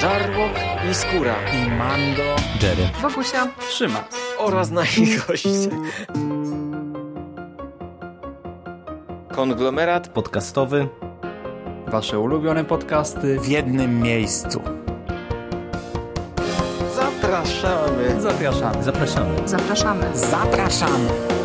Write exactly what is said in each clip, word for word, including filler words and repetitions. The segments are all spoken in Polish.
Żarłok i Skóra i Mando, Jerry, Wokusia, Szymas oraz nasi goście. Konglomerat podcastowy. Wasze ulubione podcasty w jednym miejscu. Zapraszamy. Zapraszamy. Zapraszamy. zapraszamy. Zapraszamy.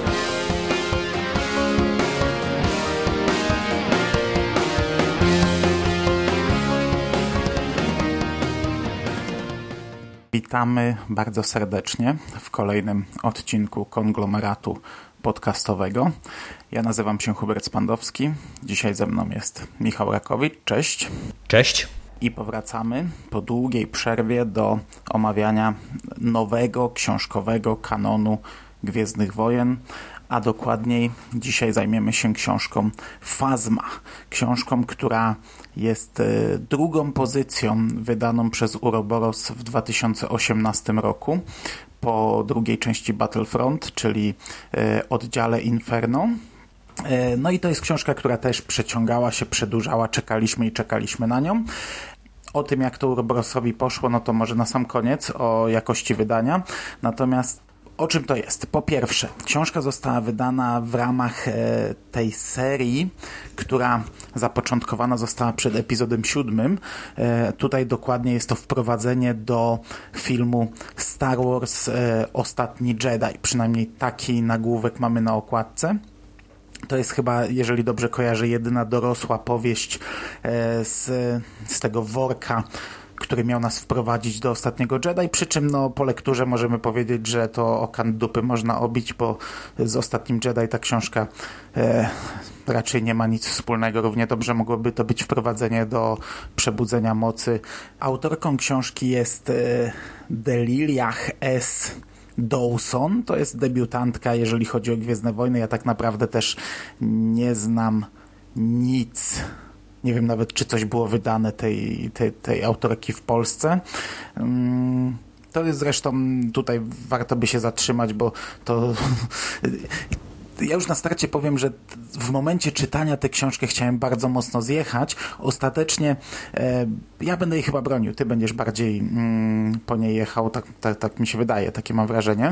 Witamy bardzo serdecznie w kolejnym odcinku Konglomeratu podcastowego. Ja nazywam się Hubert Spandowski. Dzisiaj ze mną jest Michał Rakowicz. Cześć. Cześć. I powracamy po długiej przerwie do omawiania nowego książkowego kanonu Gwiezdnych Wojen, a dokładniej dzisiaj zajmiemy się książką Phasma. Książką, która jest drugą pozycją wydaną przez Uroboros w dwa tysiące osiemnastym roku po drugiej części Battlefront, czyli oddziale Inferno. No i to jest książka, która też przeciągała się, przedłużała, czekaliśmy i czekaliśmy na nią. O tym, jak to Uroborosowi poszło, no to może na sam koniec, o jakości wydania. Natomiast o czym to jest? Po pierwsze, książka została wydana w ramach e, tej serii, która zapoczątkowana została przed epizodem siódmym. E, tutaj dokładnie jest to wprowadzenie do filmu Star Wars e, Ostatni Jedi. Przynajmniej taki nagłówek mamy na okładce. To jest chyba, jeżeli dobrze kojarzę, jedyna dorosła powieść e, z, z tego worka, który miał nas wprowadzić do Ostatniego Jedi, przy czym no, po lekturze możemy powiedzieć, że to o kant dupy można obić, bo z Ostatnim Jedi ta książka e, raczej nie ma nic wspólnego. Równie dobrze mogłoby to być wprowadzenie do Przebudzenia Mocy. Autorką książki jest e, Deliliah S. Dawson. To jest debiutantka, jeżeli chodzi o Gwiezdne Wojny. Ja tak naprawdę też nie znam nic. Nie wiem nawet, czy coś było wydane tej, tej, tej autorki w Polsce. To jest zresztą, tutaj warto by się zatrzymać, bo to... Ja już na starcie powiem, że w momencie czytania tę książkę chciałem bardzo mocno zjechać. Ostatecznie e, ja będę jej chyba bronił. Ty będziesz bardziej mm, po niej jechał. Tak, tak, tak mi się wydaje. Takie mam wrażenie.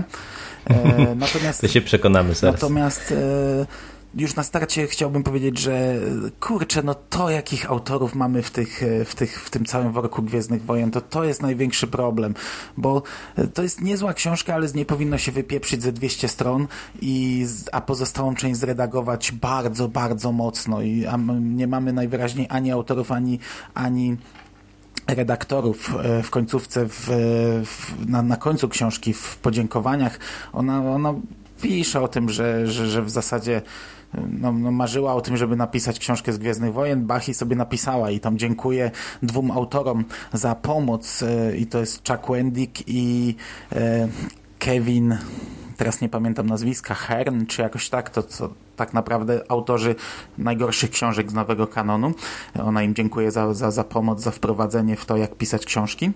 E, natomiast, to się przekonamy zaraz. Natomiast e, już na starcie chciałbym powiedzieć, że kurczę, no to jakich autorów mamy w, tych, w, tych, w tym całym worku Gwiezdnych Wojen, to to jest największy problem, bo to jest niezła książka, ale z niej powinno się wypieprzyć ze dwieście stron, i, a pozostałą część zredagować bardzo, bardzo mocno, i a nie mamy najwyraźniej ani autorów, ani, ani redaktorów w końcówce, w, w, na, na końcu książki, w podziękowaniach. Ona, ona pisze o tym, że, że, że w zasadzie No, no marzyła o tym, żeby napisać książkę z Gwiezdnych Wojen. Bach i sobie napisała, i tam dziękuję dwóm autorom za pomoc, e, i to jest Chuck Wendick i e, Kevin, teraz nie pamiętam nazwiska, Hearn, czy jakoś tak, to co tak naprawdę autorzy najgorszych książek z nowego kanonu. Ona im dziękuję za, za, za pomoc, za wprowadzenie w to, jak pisać książki.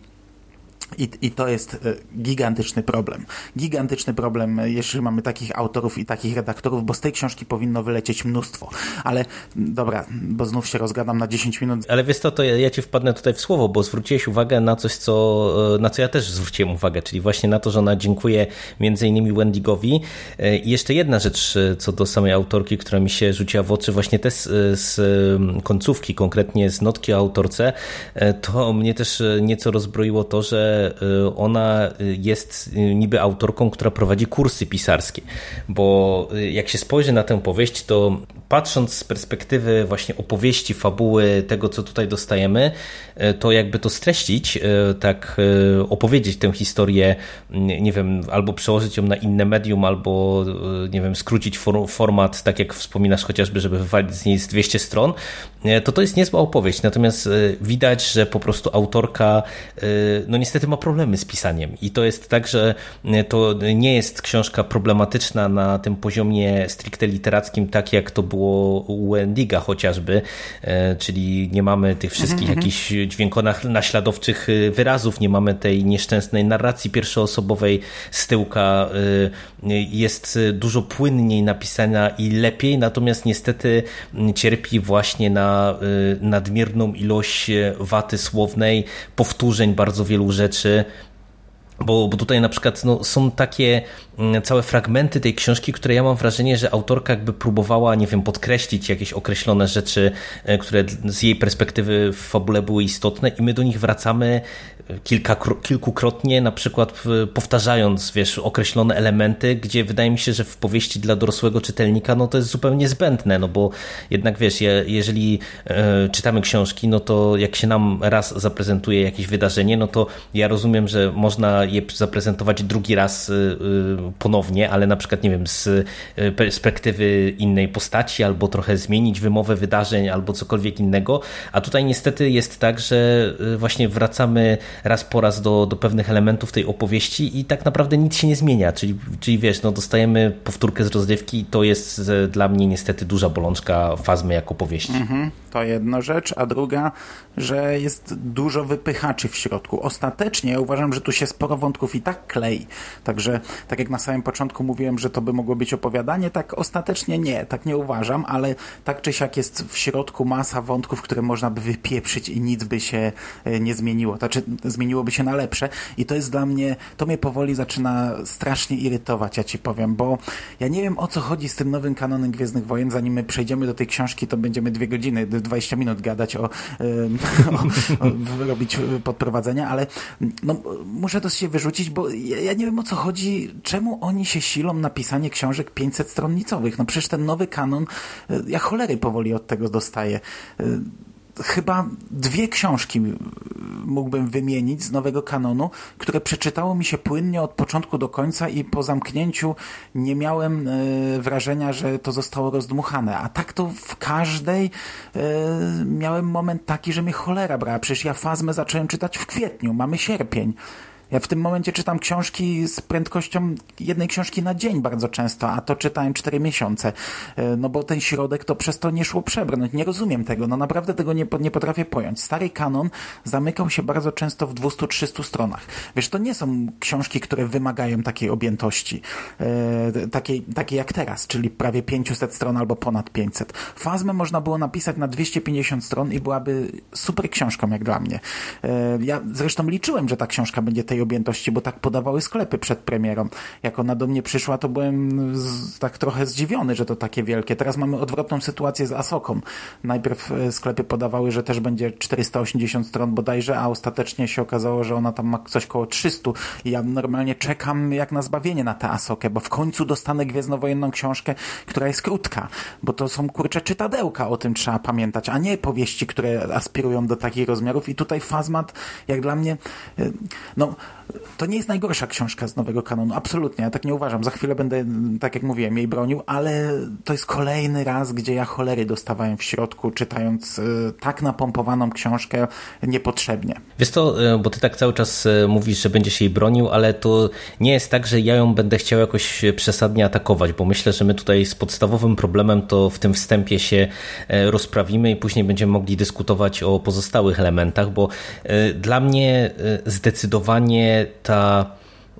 I, I to jest gigantyczny problem. Gigantyczny problem, jeśli mamy takich autorów i takich redaktorów, bo z tej książki powinno wylecieć mnóstwo. Ale dobra, bo znów się rozgadam na dziesięć minut. Ale wiesz co, to ja, ja ci wpadnę tutaj w słowo, bo zwróciłeś uwagę na coś, co, na co ja też zwróciłem uwagę, czyli właśnie na to, że ona dziękuję między innymi Wendigowi. I jeszcze jedna rzecz co do samej autorki, która mi się rzuciła w oczy, właśnie też z, z końcówki, konkretnie z notki o autorce, to mnie też nieco rozbroiło to, że ona jest niby autorką, która prowadzi kursy pisarskie, bo jak się spojrzy na tę powieść, to patrząc z perspektywy właśnie opowieści, fabuły, tego co tutaj dostajemy, to jakby to streścić, tak opowiedzieć tę historię, nie wiem, albo przełożyć ją na inne medium, albo nie wiem, skrócić format, tak jak wspominasz chociażby, żeby wywalić z niej z dwieście stron, to to jest niezła opowieść, natomiast widać, że po prostu autorka no niestety ma problemy z pisaniem i to jest tak, że to nie jest książka problematyczna na tym poziomie stricte literackim, tak jak to było u Wendiga chociażby, czyli nie mamy tych wszystkich mm-hmm. jakichś dźwiękonaśladowczych wyrazów, nie mamy tej nieszczęsnej narracji pierwszoosobowej z tyłka, jest dużo płynniej napisana i lepiej, natomiast niestety cierpi właśnie na nadmierną ilość waty słownej, powtórzeń bardzo wielu rzeczy, bo, bo tutaj na przykład no, są takie całe fragmenty tej książki, które ja mam wrażenie, że autorka jakby próbowała, nie wiem, podkreślić jakieś określone rzeczy, które z jej perspektywy w fabule były istotne i my do nich wracamy kilka, kilkukrotnie, na przykład powtarzając, wiesz, określone elementy, gdzie wydaje mi się, że w powieści dla dorosłego czytelnika, no to jest zupełnie zbędne, no bo jednak, wiesz, je, jeżeli e, czytamy książki, no to jak się nam raz zaprezentuje jakieś wydarzenie, no to ja rozumiem, że można je zaprezentować drugi raz y, ponownie, ale na przykład, nie wiem, z perspektywy innej postaci, albo trochę zmienić wymowę wydarzeń, albo cokolwiek innego, a tutaj niestety jest tak, że właśnie wracamy raz po raz do, do pewnych elementów tej opowieści i tak naprawdę nic się nie zmienia, czyli, czyli wiesz, no dostajemy powtórkę z rozrywki i to jest dla mnie niestety duża bolączka Fazmy jako powieści. Mhm, to jedna rzecz, a druga, że jest dużo wypychaczy w środku. Ostatecznie ja uważam, że tu się sporo wątków i tak klei, także tak jak na samym początku mówiłem, że to by mogło być opowiadanie, tak ostatecznie nie, tak nie uważam, ale tak czy siak jest w środku masa wątków, które można by wypieprzyć i nic by się nie zmieniło, znaczy zmieniłoby się na lepsze i to jest dla mnie, to mnie powoli zaczyna strasznie irytować, ja ci powiem, bo ja nie wiem, o co chodzi z tym nowym kanonem Gwiezdnych Wojen. Zanim my przejdziemy do tej książki, to będziemy dwie godziny, dwadzieścia minut gadać o, o, o robić podprowadzenia, ale no, muszę to się wyrzucić, bo ja, ja nie wiem, o co chodzi, czemu oni się silą na pisanie książek pięćset stronnicowych. No przecież ten nowy kanon, ja cholery powoli od tego dostaję. Chyba dwie książki mógłbym wymienić z nowego kanonu, które przeczytało mi się płynnie od początku do końca i po zamknięciu nie miałem e, wrażenia, że to zostało rozdmuchane. A tak to w każdej e, miałem moment taki, że mnie cholera brała. Przecież ja Fazmę zacząłem czytać w kwietniu, mamy sierpień. Ja w tym momencie czytam książki z prędkością jednej książki na dzień bardzo często, a to czytałem cztery miesiące. No bo ten środek to przez to nie szło przebrnąć. Nie rozumiem tego. No naprawdę tego nie, nie potrafię pojąć. Stary kanon zamykał się bardzo często w dwieście do trzystu stronach. Wiesz, to nie są książki, które wymagają takiej objętości. E, takiej, takiej jak teraz, czyli prawie pięćset stron albo ponad pięćset. Fazmę można było napisać na dwieście pięćdziesiąt stron i byłaby super książką jak dla mnie. E, ja zresztą liczyłem, że ta książka będzie tej objętości, bo tak podawały sklepy przed premierą. Jak ona do mnie przyszła, to byłem z, tak trochę zdziwiony, że to takie wielkie. Teraz mamy odwrotną sytuację z Asoką. Najpierw sklepy podawały, że też będzie czterysta osiemdziesiąt stron bodajże, a ostatecznie się okazało, że ona tam ma coś koło trzysta i ja normalnie czekam jak na zbawienie na tę Asokę, bo w końcu dostanę gwiezdnowojenną książkę, która jest krótka, bo to są kurcze czytadełka, o tym trzeba pamiętać, a nie powieści, które aspirują do takich rozmiarów i tutaj Fazmat, jak dla mnie, no to nie jest najgorsza książka z nowego kanonu, absolutnie, ja tak nie uważam. Za chwilę będę, tak jak mówiłem, jej bronił, ale to jest kolejny raz, gdzie ja cholery dostawałem w środku, czytając y, tak napompowaną książkę niepotrzebnie. Wiesz co, bo ty tak cały czas mówisz, że będziesz jej bronił, ale to nie jest tak, że ja ją będę chciał jakoś przesadnie atakować, bo myślę, że my tutaj z podstawowym problemem to w tym wstępie się rozprawimy i później będziemy mogli dyskutować o pozostałych elementach, bo y, dla mnie y, zdecydowanie ta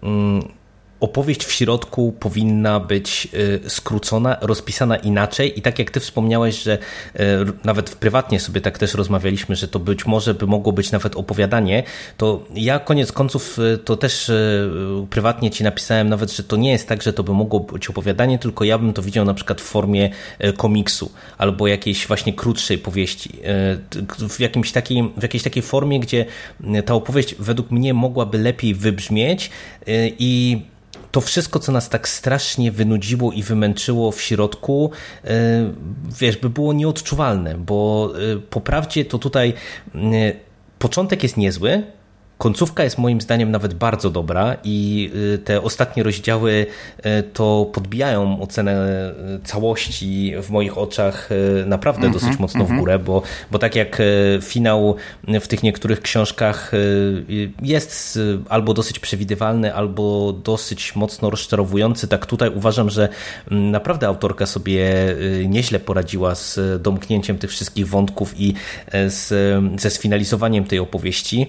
opowieść w środku powinna być skrócona, rozpisana inaczej i tak jak ty wspomniałeś, że nawet prywatnie sobie tak też rozmawialiśmy, że to być może by mogło być nawet opowiadanie, to ja koniec końców to też prywatnie ci napisałem nawet, że to nie jest tak, że to by mogło być opowiadanie, tylko ja bym to widział na przykład w formie komiksu albo jakiejś właśnie krótszej powieści, w, jakimś takiej, w jakiejś takiej formie, gdzie ta opowieść według mnie mogłaby lepiej wybrzmieć i to wszystko, co nas tak strasznie wynudziło i wymęczyło w środku, wiesz, by było nieodczuwalne, bo po prawdzie to tutaj początek jest niezły, Końcówka jest moim zdaniem nawet bardzo dobra i te ostatnie rozdziały to podbijają ocenę całości w moich oczach naprawdę mm-hmm, dosyć mocno mm-hmm. w górę, bo, bo tak jak finał w tych niektórych książkach jest albo dosyć przewidywalny, albo dosyć mocno rozczarowujący, tak tutaj uważam, że naprawdę autorka sobie nieźle poradziła z domknięciem tych wszystkich wątków i z, ze sfinalizowaniem tej opowieści.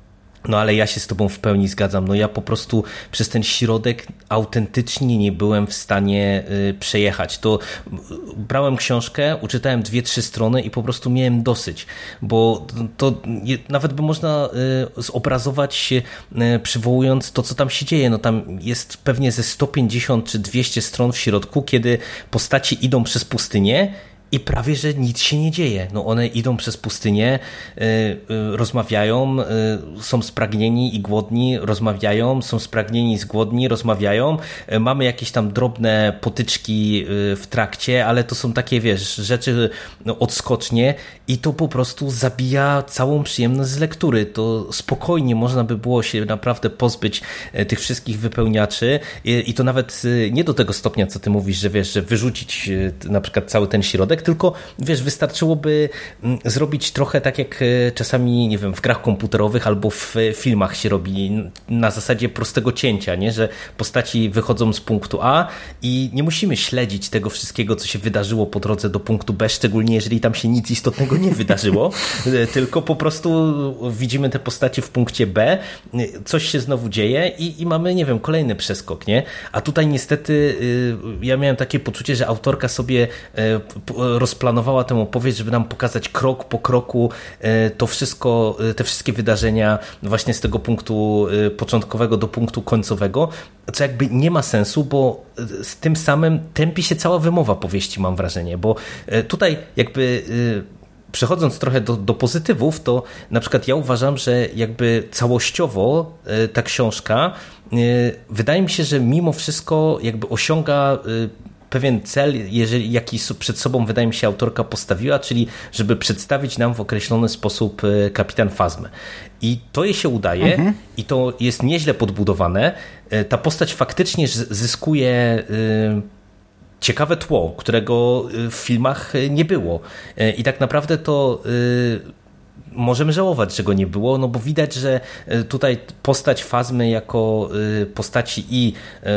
No ale ja się z tobą w pełni zgadzam. No ja po prostu przez ten środek autentycznie nie byłem w stanie y, przejechać. To brałem książkę, uczytałem dwie, trzy strony i po prostu miałem dosyć, bo to, to je, nawet by można y, zobrazować y, przywołując to, co tam się dzieje. No tam jest pewnie ze sto pięćdziesiąt czy dwieście stron w środku, kiedy postaci idą przez pustynię i prawie, że nic się nie dzieje. No one idą przez pustynię, y, y, rozmawiają, y, są spragnieni i głodni, rozmawiają, są spragnieni i głodni, rozmawiają. Y, mamy jakieś tam drobne potyczki y, w trakcie, ale to są takie, wiesz, rzeczy no, odskocznie i to po prostu zabija całą przyjemność z lektury. To spokojnie można by było się naprawdę pozbyć y, tych wszystkich wypełniaczy y, i to nawet y, nie do tego stopnia, co ty mówisz, że wiesz, że wyrzucić y, na przykład cały ten środek, tylko wiesz, wystarczyłoby zrobić trochę tak jak czasami, nie wiem, w grach komputerowych albo w filmach się robi na zasadzie prostego cięcia, nie? Że postaci wychodzą z punktu A i nie musimy śledzić tego wszystkiego, co się wydarzyło po drodze do punktu B, szczególnie jeżeli tam się nic istotnego nie wydarzyło, tylko po prostu widzimy te postacie w punkcie B, coś się znowu dzieje i, i mamy, nie wiem, kolejny przeskok, nie? A tutaj niestety ja miałem takie poczucie, że autorka sobie rozplanowała tę opowieść, żeby nam pokazać krok po kroku to wszystko, te wszystkie wydarzenia właśnie z tego punktu początkowego do punktu końcowego, co jakby nie ma sensu, bo z tym samym tępi się cała wymowa powieści, mam wrażenie, bo tutaj jakby przechodząc trochę do, do pozytywów, to na przykład ja uważam, że jakby całościowo ta książka wydaje mi się, że mimo wszystko jakby osiąga pewien cel, jeżeli, jaki przed sobą wydaje mi się autorka postawiła, czyli żeby przedstawić nam w określony sposób kapitan Phasmę. I to jej się udaje mhm. i to jest nieźle podbudowane. Ta postać faktycznie zyskuje ciekawe tło, którego w filmach nie było. I tak naprawdę to możemy żałować, że go nie było, no bo widać, że tutaj postać Phasmy jako postaci i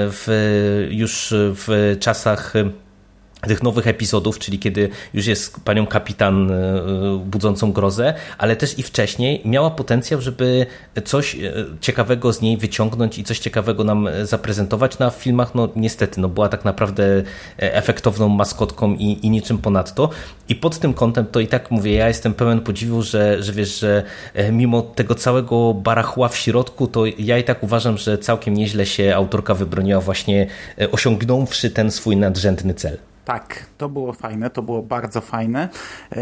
w, już w czasach tych nowych epizodów, czyli kiedy już jest panią kapitan budzącą grozę, ale też i wcześniej miała potencjał, żeby coś ciekawego z niej wyciągnąć i coś ciekawego nam zaprezentować. No a w filmach no niestety no była tak naprawdę efektowną maskotką i, i niczym ponadto. I pod tym kątem to i tak mówię, ja jestem pełen podziwu, że, że wiesz, że mimo tego całego barachła w środku, to ja i tak uważam, że całkiem nieźle się autorka wybroniła właśnie osiągnąwszy ten swój nadrzędny cel. Tak, to było fajne, to było bardzo fajne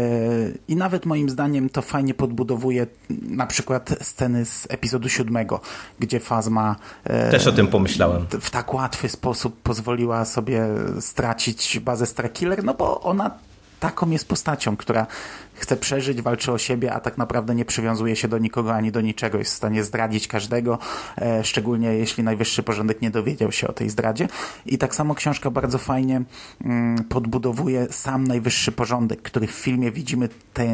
i nawet moim zdaniem to fajnie podbudowuje na przykład sceny z epizodu siódmego, gdzie Phasma też o tym pomyślałem. W tak łatwy sposób pozwoliła sobie stracić bazę Starkiller, no bo ona taką jest postacią, która chce przeżyć, walczy o siebie, a tak naprawdę nie przywiązuje się do nikogo ani do niczego. Jest w stanie zdradzić każdego, e, szczególnie jeśli najwyższy porządek nie dowiedział się o tej zdradzie. I tak samo książka bardzo fajnie mm, podbudowuje sam najwyższy porządek, który w filmie widzimy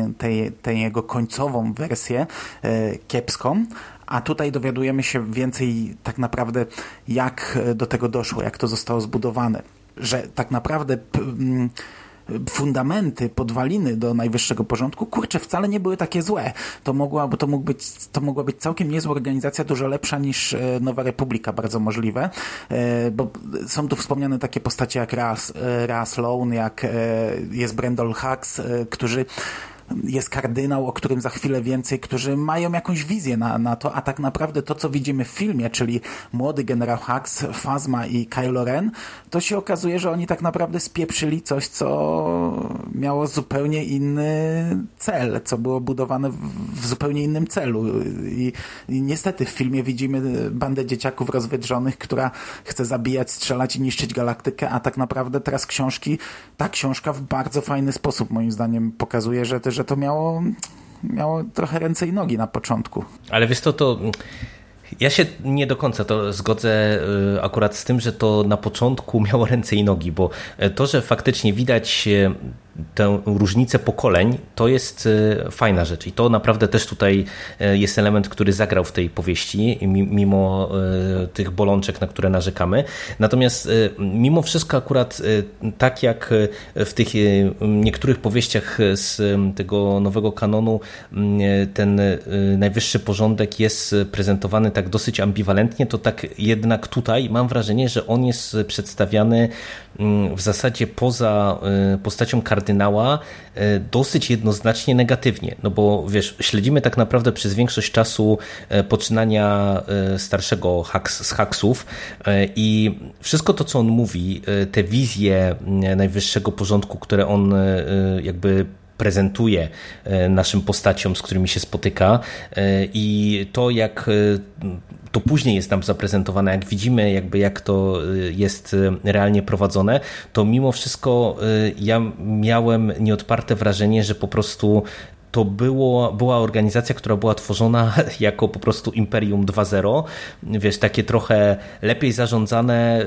tę jego końcową wersję e, kiepską, a tutaj dowiadujemy się więcej tak naprawdę jak do tego doszło, jak to zostało zbudowane. Że tak naprawdę p- m, fundamenty, podwaliny do najwyższego porządku, kurczę, wcale nie były takie złe. To mogła, bo to mógł być, to mogła być całkiem niezła organizacja, dużo lepsza niż Nowa Republika, bardzo możliwe, bo są tu wspomniane takie postacie jak Ras, Ras Sloan, jak jest Brendol Hux, którzy jest kardynał, o którym za chwilę więcej, którzy mają jakąś wizję na, na to, a tak naprawdę to, co widzimy w filmie, czyli młody generał Hux, Phasma i Kylo Ren, to się okazuje, że oni tak naprawdę spieprzyli coś, co miało zupełnie inny cel, co było budowane w, w zupełnie innym celu. I, I niestety w filmie widzimy bandę dzieciaków rozwydrzonych, która chce zabijać, strzelać i niszczyć galaktykę, a tak naprawdę teraz książki, ta książka w bardzo fajny sposób moim zdaniem pokazuje, że, że to miało miało trochę ręce i nogi na początku. Ale wiesz to, to ja się nie do końca to zgodzę akurat z tym, że to na początku miało ręce i nogi, bo to, że faktycznie widać tę różnicę pokoleń, to jest fajna rzecz i to naprawdę też tutaj jest element, który zagrał w tej powieści, mimo tych bolączek, na które narzekamy. Natomiast mimo wszystko akurat tak jak w tych niektórych powieściach z tego nowego kanonu ten najwyższy porządek jest prezentowany tak dosyć ambiwalentnie, to tak jednak tutaj mam wrażenie, że on jest przedstawiany w zasadzie poza postacią kardynała dosyć jednoznacznie negatywnie, no bo wiesz, śledzimy tak naprawdę przez większość czasu poczynania starszego Hux, z Huxów i wszystko to, co on mówi, te wizje najwyższego porządku, które on jakby prezentuje naszym postaciom, z którymi się spotyka i to, jak to później jest nam zaprezentowane, jak widzimy, jakby jak to jest realnie prowadzone, to mimo wszystko ja miałem nieodparte wrażenie, że po prostu to było, była organizacja, która była tworzona jako po prostu Imperium dwa zero, wiesz, takie trochę lepiej zarządzane,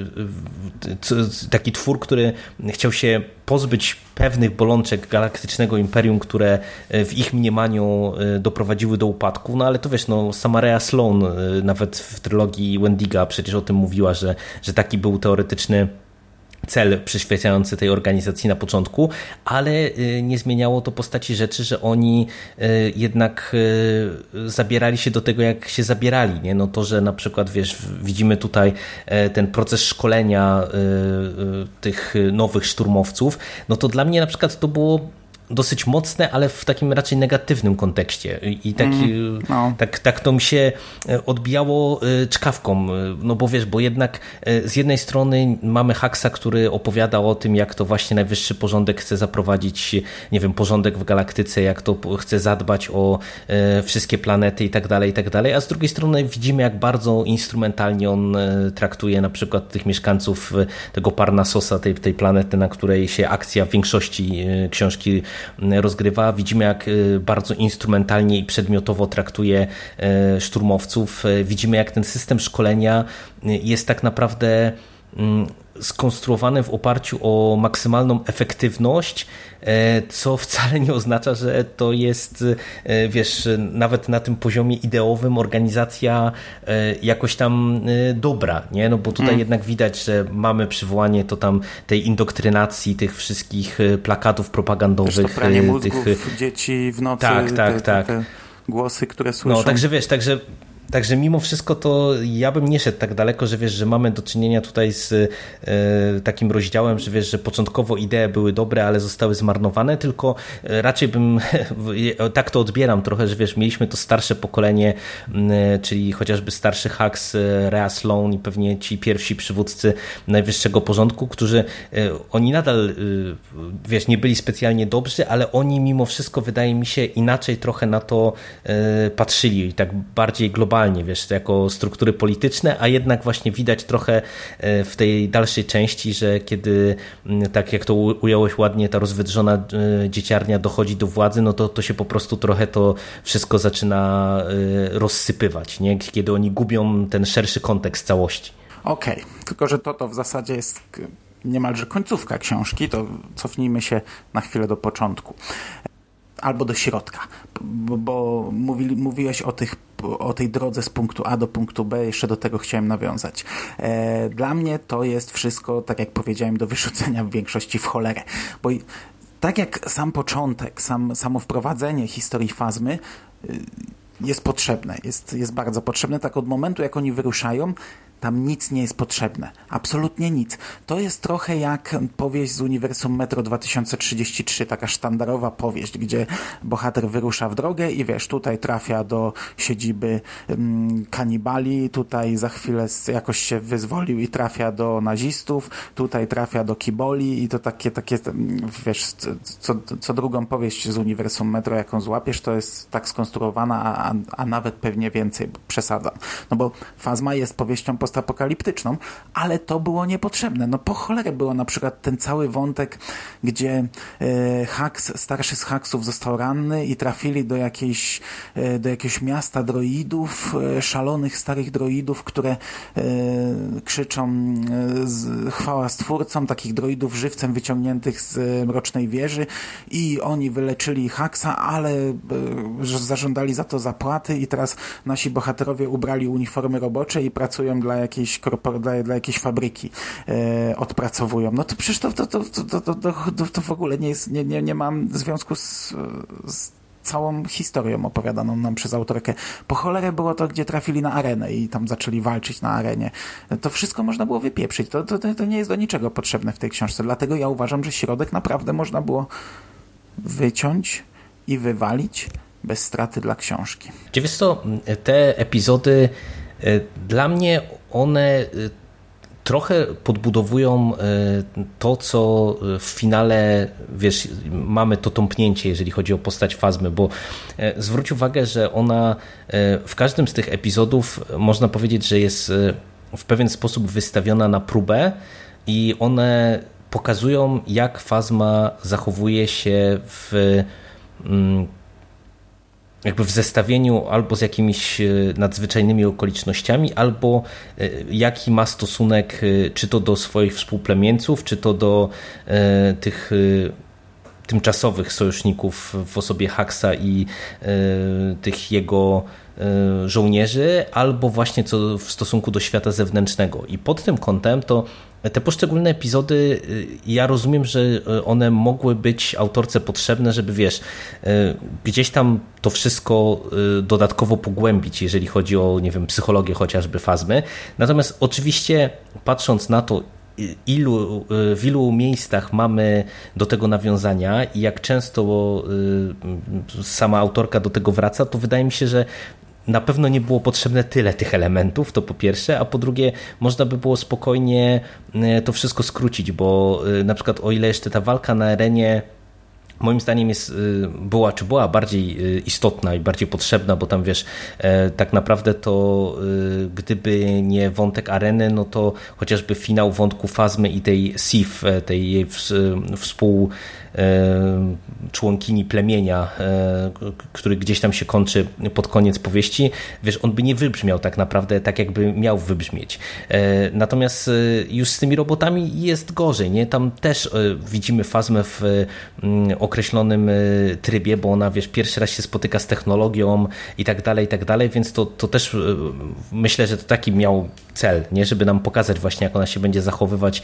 taki twór, który chciał się pozbyć pewnych bolączek galaktycznego imperium, które w ich mniemaniu doprowadziły do upadku, no ale to wiesz, no Samaria Sloan nawet w trylogii Wendiga przecież o tym mówiła, że, że taki był teoretyczny cel przyświecający tej organizacji na początku, ale nie zmieniało to postaci rzeczy, że oni jednak zabierali się do tego, jak się zabierali. Nie? No to, że na przykład wiesz, widzimy tutaj ten proces szkolenia tych nowych szturmowców, no to dla mnie na przykład to było dosyć mocne, ale w takim raczej negatywnym kontekście. I tak, mm, no. tak, tak to mi się odbijało czkawką. No bo wiesz, bo jednak z jednej strony mamy Huxa, który opowiada o tym, jak to właśnie najwyższy porządek chce zaprowadzić, nie wiem, porządek w galaktyce, jak to chce zadbać o wszystkie planety i tak dalej, i tak dalej. A z drugiej strony widzimy, jak bardzo instrumentalnie on traktuje na przykład tych mieszkańców tego Parnasosa, tej, tej planety, na której się akcja w większości książki rozgrywa. Widzimy, jak bardzo instrumentalnie i przedmiotowo traktuje szturmowców. Widzimy, jak ten system szkolenia jest tak naprawdę skonstruowany w oparciu o maksymalną efektywność, co wcale nie oznacza, że to jest, wiesz, nawet na tym poziomie ideowym organizacja jakoś tam dobra, nie? No bo tutaj hmm. jednak widać, że mamy przywołanie to tam tej indoktrinacji, tych wszystkich plakatów propagandowych. Też to pranie mózgów tych dzieci w nocy. Tak, tak, te, tak. Te głosy, które słyszą. No, także wiesz, także Także mimo wszystko to ja bym nie szedł tak daleko, że wiesz, że mamy do czynienia tutaj z e, takim rozdziałem, że wiesz, że początkowo idee były dobre, ale zostały zmarnowane, tylko raczej bym, tak to odbieram trochę, że wiesz, mieliśmy to starsze pokolenie, e, czyli chociażby starszy Hux, Rhea Sloan i pewnie ci pierwsi przywódcy najwyższego porządku, którzy e, oni nadal, e, wiesz, nie byli specjalnie dobrzy, ale oni mimo wszystko, wydaje mi się, inaczej trochę na to e, patrzyli, tak bardziej globalnie, wiesz, jako struktury polityczne, a jednak właśnie widać trochę w tej dalszej części, że kiedy, tak jak to ująłeś ładnie, ta rozwydrzona dzieciarnia dochodzi do władzy, no to, to się po prostu trochę to wszystko zaczyna rozsypywać, nie? Kiedy oni gubią ten szerszy kontekst całości. Okej, okay. Tylko że to, to w zasadzie jest niemalże końcówka książki, to cofnijmy się na chwilę do początku. Albo do środka, bo, bo mówi, mówiłeś o, tych, o tej drodze z punktu A do punktu B, jeszcze do tego chciałem nawiązać. E, dla mnie to jest wszystko, tak jak powiedziałem, do wyrzucenia w większości w cholerę, bo tak jak sam początek, sam, samo wprowadzenie historii Fazmy jest potrzebne, jest, jest bardzo potrzebne, tak od momentu jak oni wyruszają, tam nic nie jest potrzebne. Absolutnie nic. To jest trochę jak powieść z uniwersum Metro dwa tysiące trzydzieści trzy, taka sztandarowa powieść, gdzie bohater wyrusza w drogę i wiesz, tutaj trafia do siedziby um, kanibali, tutaj za chwilę jakoś się wyzwolił i trafia do nazistów, tutaj trafia do kiboli i to takie, takie wiesz, co, co drugą powieść z uniwersum Metro, jaką złapiesz, to jest tak skonstruowana, a, a nawet pewnie więcej. przesadzam. No bo Phasma jest powieścią postapokaliptyczną, ale to było niepotrzebne. No po cholerę było na przykład ten cały wątek, gdzie e, Hux, starszy z Huxów został ranny i trafili do jakiejś, e, do jakiegoś miasta droidów, e, szalonych starych droidów, które e, krzyczą e, z, chwała stwórcom, takich droidów żywcem wyciągniętych z e, Mrocznej Wieży i oni wyleczyli Huxa, ale e, zażądali za to zapłaty i teraz nasi bohaterowie ubrali uniformy robocze i pracują dla jakiejś korpor- dla, dla jakiejś fabryki, e, odpracowują. No to przecież to, to, to, to, to, to, to w ogóle nie jest, nie, nie, nie mam związku z, z całą historią opowiadaną nam przez autorkę. Po cholerę było to, gdzie trafili na arenę i tam zaczęli walczyć na arenie. To wszystko można było wypieprzyć. To, to, to nie jest do niczego potrzebne w tej książce. Dlatego ja uważam, że środek naprawdę można było wyciąć i wywalić bez straty dla książki. Czy wiesz co, te epizody dla mnie one trochę podbudowują to, co w finale, wiesz, mamy to tąpnięcie, jeżeli chodzi o postać Phasmy, bo zwróć uwagę, że ona w każdym z tych epizodów można powiedzieć, że jest w pewien sposób wystawiona na próbę i one pokazują, jak Phasma zachowuje się w jakby w zestawieniu albo z jakimiś nadzwyczajnymi okolicznościami, albo jaki ma stosunek czy to do swoich współplemieńców, czy to do tych tymczasowych sojuszników w osobie Huxa i tych jego żołnierzy, albo właśnie co w stosunku do świata zewnętrznego. I pod tym kątem to te poszczególne epizody, ja rozumiem, że one mogły być autorce potrzebne, żeby wiesz, gdzieś tam to wszystko dodatkowo pogłębić, jeżeli chodzi o, nie wiem, psychologię chociażby Phasmy. Natomiast oczywiście patrząc na to, ilu, w ilu miejscach mamy do tego nawiązania i jak często sama autorka do tego wraca, to wydaje mi się, że na pewno nie było potrzebne tyle tych elementów, to po pierwsze, a po drugie można by było spokojnie to wszystko skrócić, bo na przykład o ile jeszcze ta walka na arenie moim zdaniem jest, była, czy była bardziej istotna i bardziej potrzebna, bo tam wiesz, tak naprawdę to gdyby nie wątek areny, no to chociażby finał wątku Phasmy i tej Sif, tej jej współ członkini plemienia, który gdzieś tam się kończy pod koniec powieści, wiesz, on by nie wybrzmiał tak naprawdę tak, jakby miał wybrzmieć. Natomiast już z tymi robotami jest gorzej, nie? Tam też widzimy Phasmę w określonym trybie, bo ona, wiesz, pierwszy raz się spotyka z technologią i tak dalej, i tak dalej, więc to, to też myślę, że to taki miał cel, nie? Żeby nam pokazać właśnie, jak ona się będzie zachowywać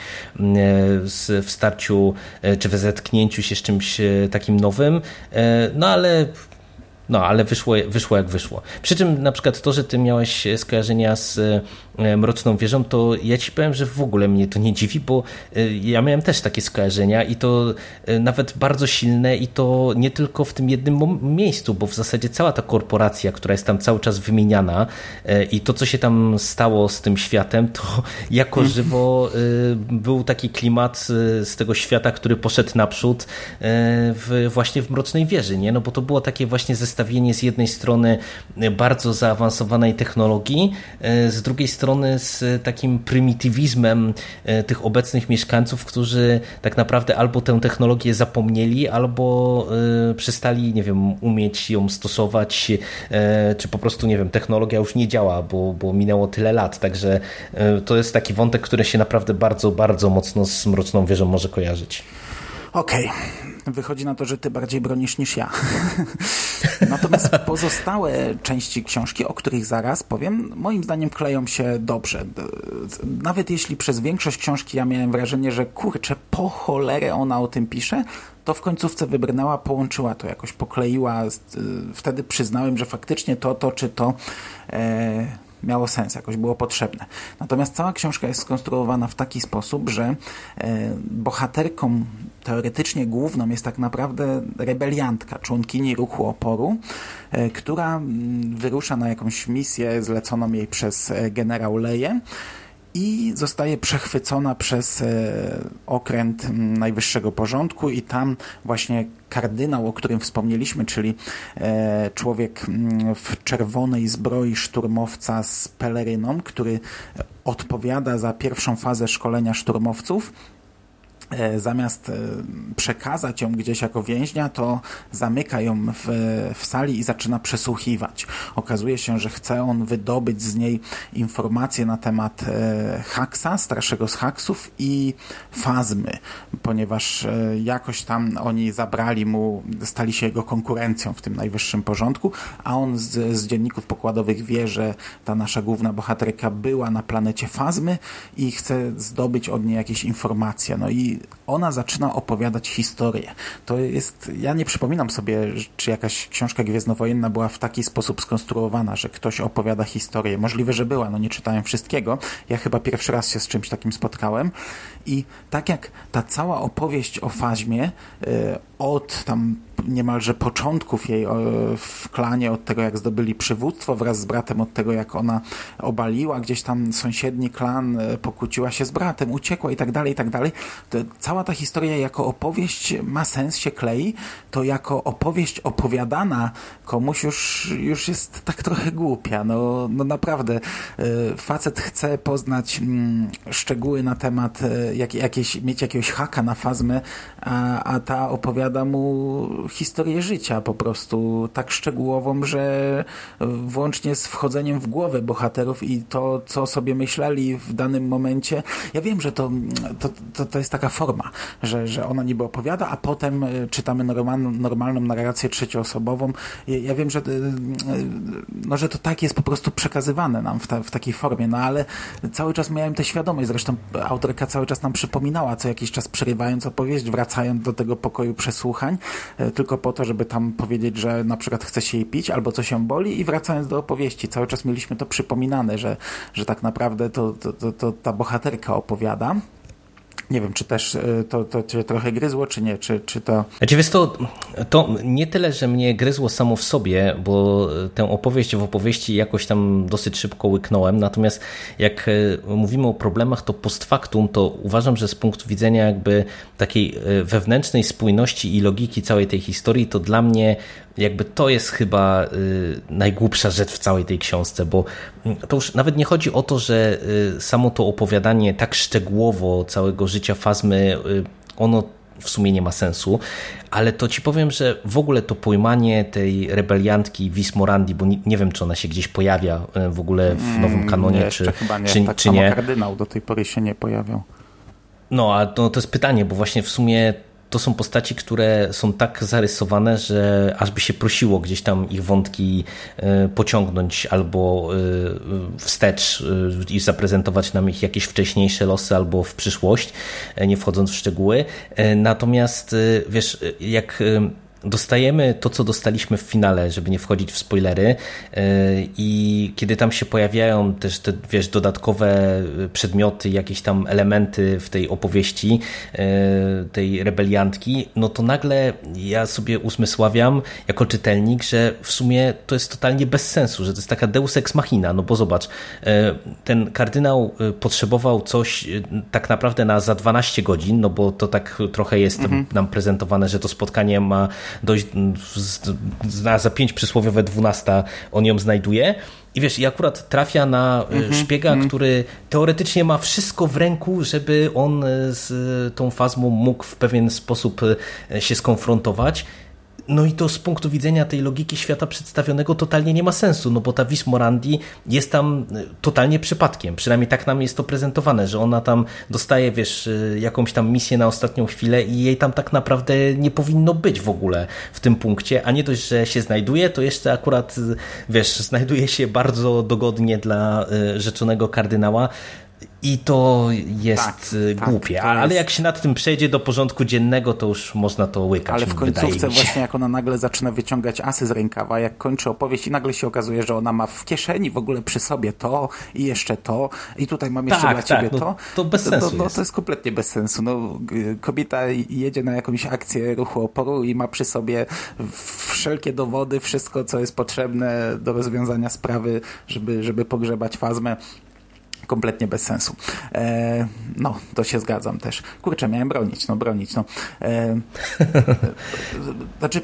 w starciu czy w zetknięciu się z czymś takim nowym, no ale No, ale wyszło, wyszło jak wyszło. Przy czym na przykład to, że ty miałeś skojarzenia z Mroczną Wieżą, to ja ci powiem, że w ogóle mnie to nie dziwi, bo ja miałem też takie skojarzenia i to nawet bardzo silne i to nie tylko w tym jednym miejscu, bo w zasadzie cała ta korporacja, która jest tam cały czas wymieniana i to, co się tam stało z tym światem, to jako żywo był taki klimat z tego świata, który poszedł naprzód w, właśnie w Mrocznej Wieży, nie? No bo to było takie właśnie zestawienie z jednej strony bardzo zaawansowanej technologii, z drugiej strony z takim prymitywizmem tych obecnych mieszkańców, którzy tak naprawdę albo tę technologię zapomnieli, albo przestali, nie wiem, umieć ją stosować, czy po prostu, nie wiem, technologia już nie działa, bo, bo minęło tyle lat, także to jest taki wątek, który się naprawdę bardzo, bardzo mocno z Mroczną Wieżą może kojarzyć. Okej. Okay. Wychodzi na to, że ty bardziej bronisz niż ja. Natomiast pozostałe części książki, o których zaraz powiem, moim zdaniem kleją się dobrze. Nawet jeśli przez większość książki ja miałem wrażenie, że kurczę, po cholerę ona o tym pisze, to w końcówce wybrnęła, połączyła to jakoś, pokleiła. Wtedy przyznałem, że faktycznie to, to czy to e, miało sens, jakoś było potrzebne. Natomiast cała książka jest skonstruowana w taki sposób, że e, bohaterką teoretycznie główną jest tak naprawdę rebeliantka, członkini ruchu oporu, e, która wyrusza na jakąś misję zleconą jej przez generał Leję i zostaje przechwycona przez e, okręt najwyższego porządku i tam właśnie kardynał, o którym wspomnieliśmy, czyli e, człowiek w czerwonej zbroi szturmowca z peleryną, który odpowiada za pierwszą fazę szkolenia szturmowców, zamiast przekazać ją gdzieś jako więźnia, to zamyka ją w, w sali i zaczyna przesłuchiwać. Okazuje się, że chce on wydobyć z niej informacje na temat Haxa, starszego z Haxów i Fazmy, ponieważ jakoś tam oni zabrali mu, stali się jego konkurencją w tym najwyższym porządku, a on z, z dzienników pokładowych wie, że ta nasza główna bohaterka była na planecie Fazmy i chce zdobyć od niej jakieś informacje. No i ona zaczyna opowiadać historię. To jest, ja nie przypominam sobie, czy jakaś książka gwiezdnowojenna była w taki sposób skonstruowana, że ktoś opowiada historię. Możliwe, że była, no nie czytałem wszystkiego. Ja chyba pierwszy raz się z czymś takim spotkałem i tak jak ta cała opowieść o Fazmie yy, od tam niemalże początków jej w klanie, od tego jak zdobyli przywództwo wraz z bratem, od tego jak ona obaliła gdzieś tam sąsiedni klan, pokłóciła się z bratem, uciekła i tak dalej, i tak dalej. To cała ta historia jako opowieść ma sens, się klei, to jako opowieść opowiadana komuś już, już jest tak trochę głupia. No, no naprawdę facet chce poznać mm, szczegóły na temat jak, jakieś, mieć jakiegoś haka na Fazmę, a, a ta opowiada mu historię życia po prostu tak szczegółową, że włącznie z wchodzeniem w głowę bohaterów i to, co sobie myśleli w danym momencie. Ja wiem, że to, to, to, to jest taka forma, że, że ona niby opowiada, a potem czytamy normalną, normalną narrację trzecioosobową. Ja wiem, że, no, że to tak jest po prostu przekazywane nam w, ta, w takiej formie, no ale cały czas miałem tę świadomość, zresztą autorka cały czas nam przypominała, co jakiś czas przerywając opowieść, wracając do tego pokoju przesłuchań, tylko po to, żeby tam powiedzieć, że na przykład chce się jej pić albo coś ją boli i wracając do opowieści. Cały czas mieliśmy to przypominane, że, że tak naprawdę to, to, to, to ta bohaterka opowiada. Nie wiem, czy też to, to cię trochę gryzło, czy nie, czy, czy to... Znaczy, wiesz, to, to nie tyle, że mnie gryzło samo w sobie, bo tę opowieść w opowieści jakoś tam dosyć szybko łyknąłem, natomiast jak mówimy o problemach, to post factum, to uważam, że z punktu widzenia jakby takiej wewnętrznej spójności i logiki całej tej historii, to dla mnie jakby to jest chyba y, najgłupsza rzecz w całej tej książce, bo to już nawet nie chodzi o to, że y, samo to opowiadanie tak szczegółowo całego życia Fazmy, y, ono w sumie nie ma sensu, ale to ci powiem, że w ogóle to pojmanie tej rebeliantki Vis Morandi, bo nie, nie wiem, czy ona się gdzieś pojawia y, w ogóle w nowym kanonie, nie, czy, chyba nie. czy, tak czy samo nie. kardynał do tej pory się nie pojawiał. No, a to, to jest pytanie, bo właśnie w sumie to są postaci, które są tak zarysowane, że aż by się prosiło gdzieś tam ich wątki pociągnąć albo wstecz i zaprezentować nam ich jakieś wcześniejsze losy albo w przyszłość, nie wchodząc w szczegóły. Natomiast wiesz, jak dostajemy to, co dostaliśmy w finale, żeby nie wchodzić w spoilery, i kiedy tam się pojawiają też te, wiesz, dodatkowe przedmioty, jakieś tam elementy w tej opowieści tej rebeliantki, no to nagle ja sobie uzmysławiam jako czytelnik, że w sumie to jest totalnie bez sensu, że to jest taka deus ex machina, no bo zobacz, ten kardynał potrzebował coś tak naprawdę na za dwanaście godzin, no bo to tak trochę jest mhm. nam prezentowane, że to spotkanie ma dojść na za pięć przysłowiowe dwunasta on ją znajduje i wiesz, i akurat trafia na mm-hmm, szpiega, mm. który teoretycznie ma wszystko w ręku, żeby on z tą Fazmą mógł w pewien sposób się skonfrontować. No i to z punktu widzenia tej logiki świata przedstawionego totalnie nie ma sensu, no bo ta Vis Morandi jest tam totalnie przypadkiem, przynajmniej tak nam jest to prezentowane, że ona tam dostaje, wiesz, jakąś tam misję na ostatnią chwilę i jej tam tak naprawdę nie powinno być w ogóle w tym punkcie, a nie dość, że się znajduje, to jeszcze akurat, wiesz, znajduje się bardzo dogodnie dla rzeczonego kardynała. I to jest tak, głupie, tak, to ale jest... jak się nad tym przejdzie do porządku dziennego, to już można to łykać. Ale w końcówce właśnie, jak ona nagle zaczyna wyciągać asy z rękawa, jak kończy opowieść i nagle się okazuje, że ona ma w kieszeni w ogóle przy sobie to i jeszcze to i tutaj mam jeszcze tak, dla tak, ciebie no, to. To bez sensu to, to, jest. To jest kompletnie bez sensu. No, kobieta jedzie na jakąś akcję ruchu oporu i ma przy sobie wszelkie dowody, wszystko, co jest potrzebne do rozwiązania sprawy, żeby, żeby pogrzebać Fazmę. kompletnie bez sensu. E, no, to się zgadzam też. Kurczę, miałem bronić, no bronić, no. E, znaczy,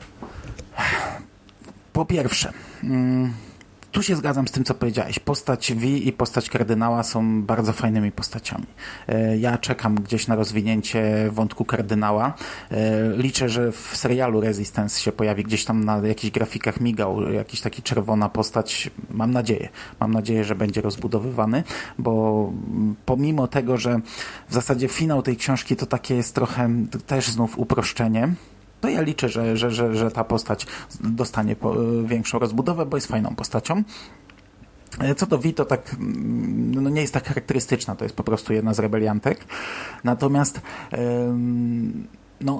po pierwsze, mm, tu się zgadzam z tym, co powiedziałeś. Postać V i postać kardynała są bardzo fajnymi postaciami. Ja czekam gdzieś na rozwinięcie wątku kardynała. Liczę, że w serialu Resistance się pojawi gdzieś tam na jakichś grafikach migał, jakiś taki czerwona postać. Mam nadzieję. Mam nadzieję, że będzie rozbudowywany, bo pomimo tego, że w zasadzie finał tej książki to takie jest trochę też znów uproszczenie, to ja liczę, że, że, że, że ta postać dostanie po, większą rozbudowę, bo jest fajną postacią. Co do V, to tak no nie jest tak charakterystyczna, to jest po prostu jedna z rebeliantek. Natomiast ym, no